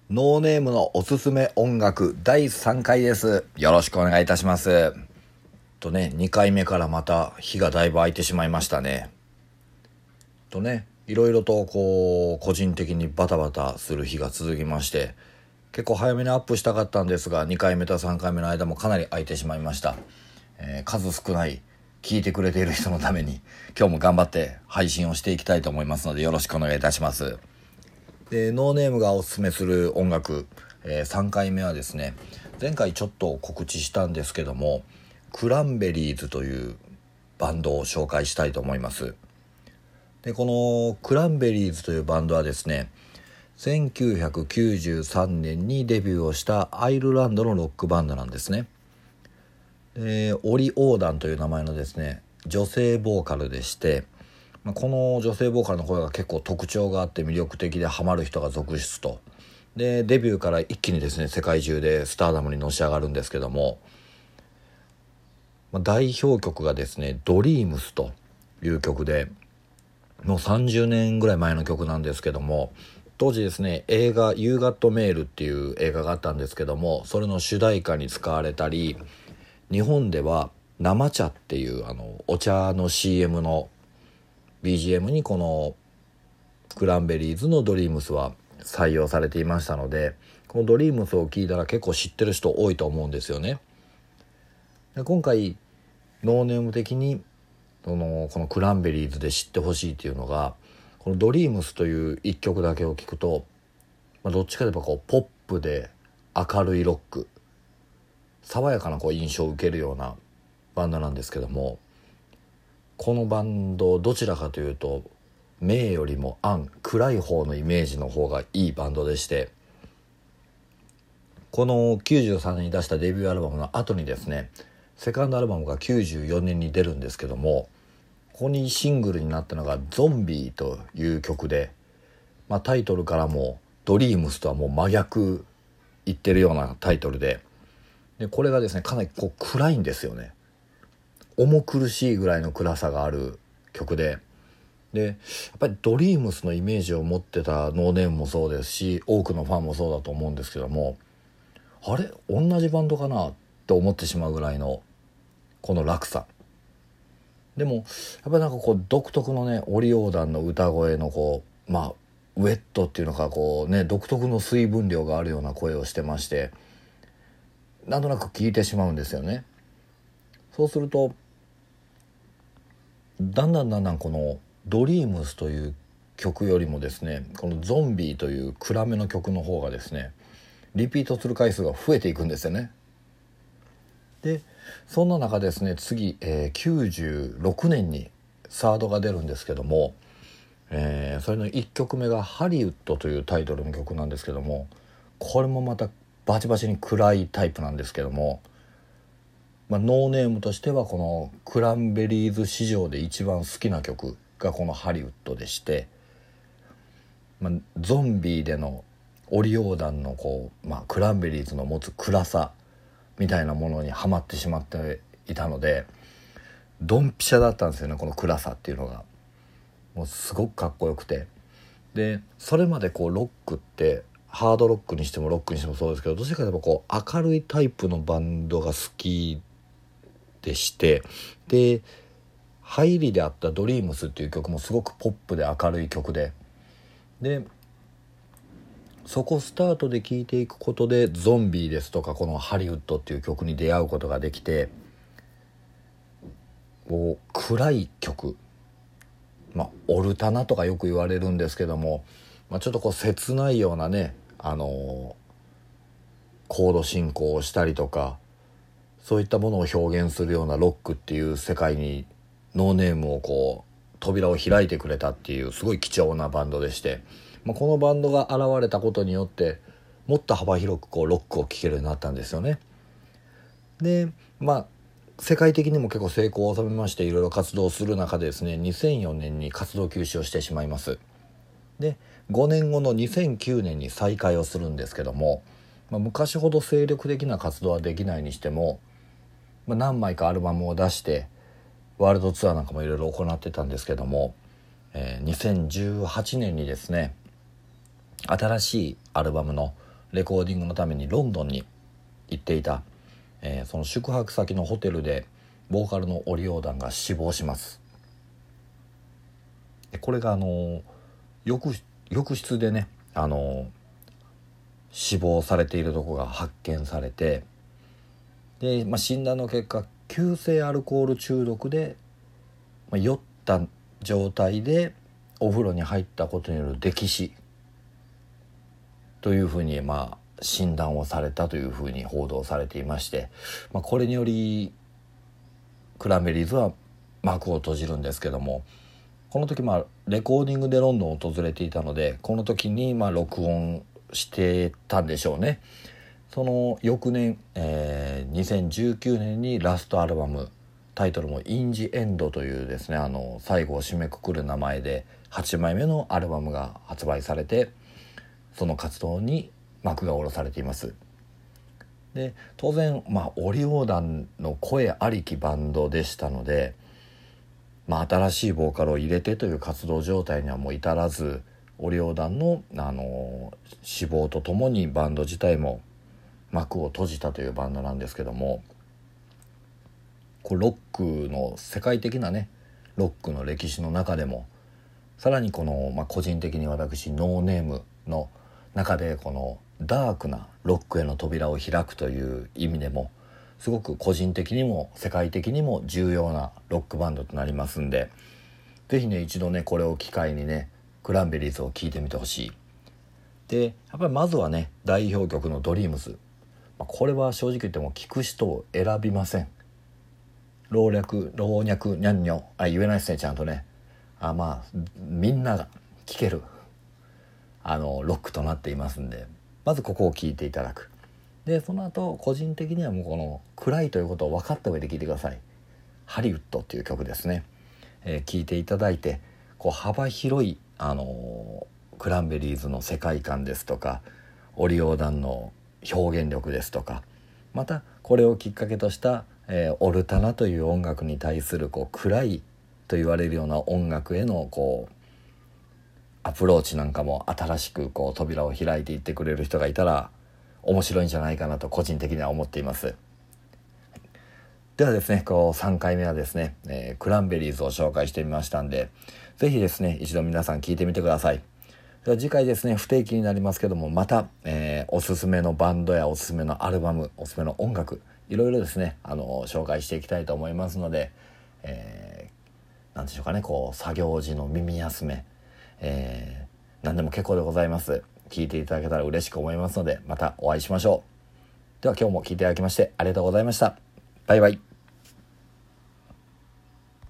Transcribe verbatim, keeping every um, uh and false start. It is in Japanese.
ノーネームのおすすめ音楽だいさんかいです。よろしくお願いいたします。とね、にかいめからまた日がだいぶ空いてしまいましたね。とね、いろいろとこう個人的にバタバタする日が続きまして、結構早めにアップしたかったんですが、にかいめとさんかいめの間もかなり空いてしまいました。えー、数少ない聞いてくれている人のために今日も頑張って配信をしていきたいと思いますので、よろしくお願いいたします。でノーネームがおすすめする音楽、えー、さんかいめはですね、前回ちょっと告知したんですけども、クランベリーズというバンドを紹介したいと思います。でこのクランベリーズというバンドはですね、せんきゅうひゃくきゅうじゅうさんねんにデビューをしたアイルランドのロックバンドなんですね。でオリ・オーダンという名前のですね、女性ボーカルでして、この女性ボーカルの声が結構特徴があって魅力的でハマる人が続出と。でデビューから一気にですね、世界中でスターダムにのし上がるんですけども、代表曲がですね、ドリームスという曲で、もうさんじゅうねんぐらい前の曲なんですけども、当時ですね、映画ユーガットメールっていう映画があったんですけども、それの主題歌に使われたり、日本では生茶っていうあのお茶の シーエム の ビージーエム にこのクランベリーズのドリームスは採用されていましたので、このドリームスを聞いたら結構知ってる人多いと思うんですよね。で今回ノーネーム的にこの、このクランベリーズで知ってほしいっていうのが、このドリームスという一曲だけを聞くと、まあ、どっちかといえばこうポップで明るいロック、爽やかなこう印象を受けるようなバンドなんですけども、このバンドどちらかというと明よりも暗、暗い方のイメージの方がいいバンドでして、このきゅうじゅうさんねんに出したデビューアルバムの後にですね、セカンドアルバムがきゅうじゅうよねんに出るんですけども、ここにシングルになったのがゾンビという曲で、まあ、タイトルからもドリームスとはもう真逆言ってるようなタイトルで、でこれがですね、かなりこう暗いんですよね。重苦しいぐらいの暗さがある曲で、でやっぱりドリームスのイメージを持ってたノーネームもそうですし、多くのファンもそうだと思うんですけども、あれ同じバンドかなって思ってしまうぐらいのこの落差でも、やっぱりなんかこう独特のね、オリオーダンの歌声のこうまあウェットっていうのか、こうね、独特の水分量があるような声をしてまして、なんとなく聞いてしまうんですよね。そうするとだんだんだんだんこのドリームスという曲よりもですね、このゾンビーという暗めの曲の方がですね、リピートする回数が増えていくんですよね。でそんな中ですね、次、えー、きゅうじゅうろくねんにサードが出るんですけども、えー、それのいっきょくめがハリウッドというタイトルの曲なんですけども、これもまたバチバチに暗いタイプなんですけども、まあ、ノーネームとしてはこのクランベリーズ史上で一番好きな曲がこのハリウッドでして、まあ、ゾンビでのオリオーダンのこう、まあ、クランベリーズの持つ暗さみたいなものにはまってしまっていたので、ドンピシャだったんですよね、この暗さっていうのが。もうすごくかっこよくて、でそれまでこうロックってハードロックにしてもロックにしてもそうですけど、どちらかというとこう明るいタイプのバンドが好きでして、で入りであった「ドリームス」っていう曲もすごくポップで明るい曲で、でそこスタートで聴いていくことでゾンビですとかこのハリウッドっていう曲に出会うことができて、こう暗い曲、まあオルタナとかよく言われるんですけども、まあ、ちょっとこう切ないようなね、あのー、コード進行をしたりとか、そういったものを表現するようなロックっていう世界にノーネームをこう扉を開いてくれたっていうすごい貴重なバンドでして、まあ、このバンドが現れたことによってもっと幅広くこうロックを聴けるようになったんですよね。でまあ世界的にも結構成功を収めまして、いろいろ活動する中でですね、にせんよねんに活動休止をしてしまいます。でごねんごのにせんきゅうねんに再開をするんですけども、まあ、昔ほど精力的な活動はできないにしても、まあ、何枚かアルバムを出してワールドツアーなんかもいろいろ行ってたんですけども、えー、にせんじゅうはちねんにですね、新しいアルバムのレコーディングのためにロンドンに行っていた、えー、その宿泊先のホテルでボーカルのオリオーダンが死亡します。でこれがあの浴浴室でねあの死亡されているとこが発見されて、で、まあ、診断の結果急性アルコール中毒で、まあ、酔った状態でお風呂に入ったことによる溺死というふうに、まあ、診断をされたというふうに報道されていまして、まあ、これによりクランベリーズは幕を閉じるんですけども、この時まあレコーディングでロンドンを訪れていたので、この時にまあ録音してたんでしょうね。その翌年、えー、にせんじゅうきゅうねんにラストアルバム、タイトルもインジエンドというですね、あの最後を締めくくる名前ではちまいめのアルバムが発売されて、その活動に幕が下ろされています。で当然、まあ、オリオーダンの声ありきバンドでしたので、まあ、新しいボーカルを入れてという活動状態にはもう至らず、オリオーダンの、あの死亡とともにバンド自体も幕を閉じたというバンドなんですけども、こうロックの世界的なねロックの歴史の中でもさらにこの、まあ、個人的に私ノーネームの中でこのダークなロックへの扉を開くという意味でもすごく個人的にも世界的にも重要なロックバンドとなりますんで、ぜひね一度ねこれを機会にねクランベリーズを聴いてみてほしい。でやっぱりまずはね代表曲のドリームズ、まあ、これは正直言っても聴く人を選びません。老若老若にゃんにょあ言えないですねちゃんとねあまあみんなが聴けるあのロックとなっていますんで、まずここを聴いていただく。でその後個人的にはもうこの暗いということを分かった上で聴いてください。ハリウッドっていう曲ですね、えー、聴いていただいて、こう幅広い、あのー、クランベリーズの世界観ですとかオリオーダンの表現力ですとか、またこれをきっかけとした、えー、オルタナという音楽に対するこう暗いと言われるような音楽へのこうアプローチなんかも新しくこう扉を開いていってくれる人がいたら面白いんじゃないかなと個人的には思っています。ではですねこうさんかいめはですね、えー、クランベリーズを紹介してみましたんで、ぜひですね一度皆さん聞いてみてください。では次回ですね不定期になりますけども、また、えー、おすすめのバンドやおすすめのアルバム、おすすめの音楽、いろいろですねあの紹介していきたいと思いますので、えー、なんでしょうかねこう作業時の耳休め、えー、何でも結構でございます。聞いていただけたら嬉しく思いますので、またお会いしましょう。では今日も聞いていただきましてありがとうございました。バイバイ。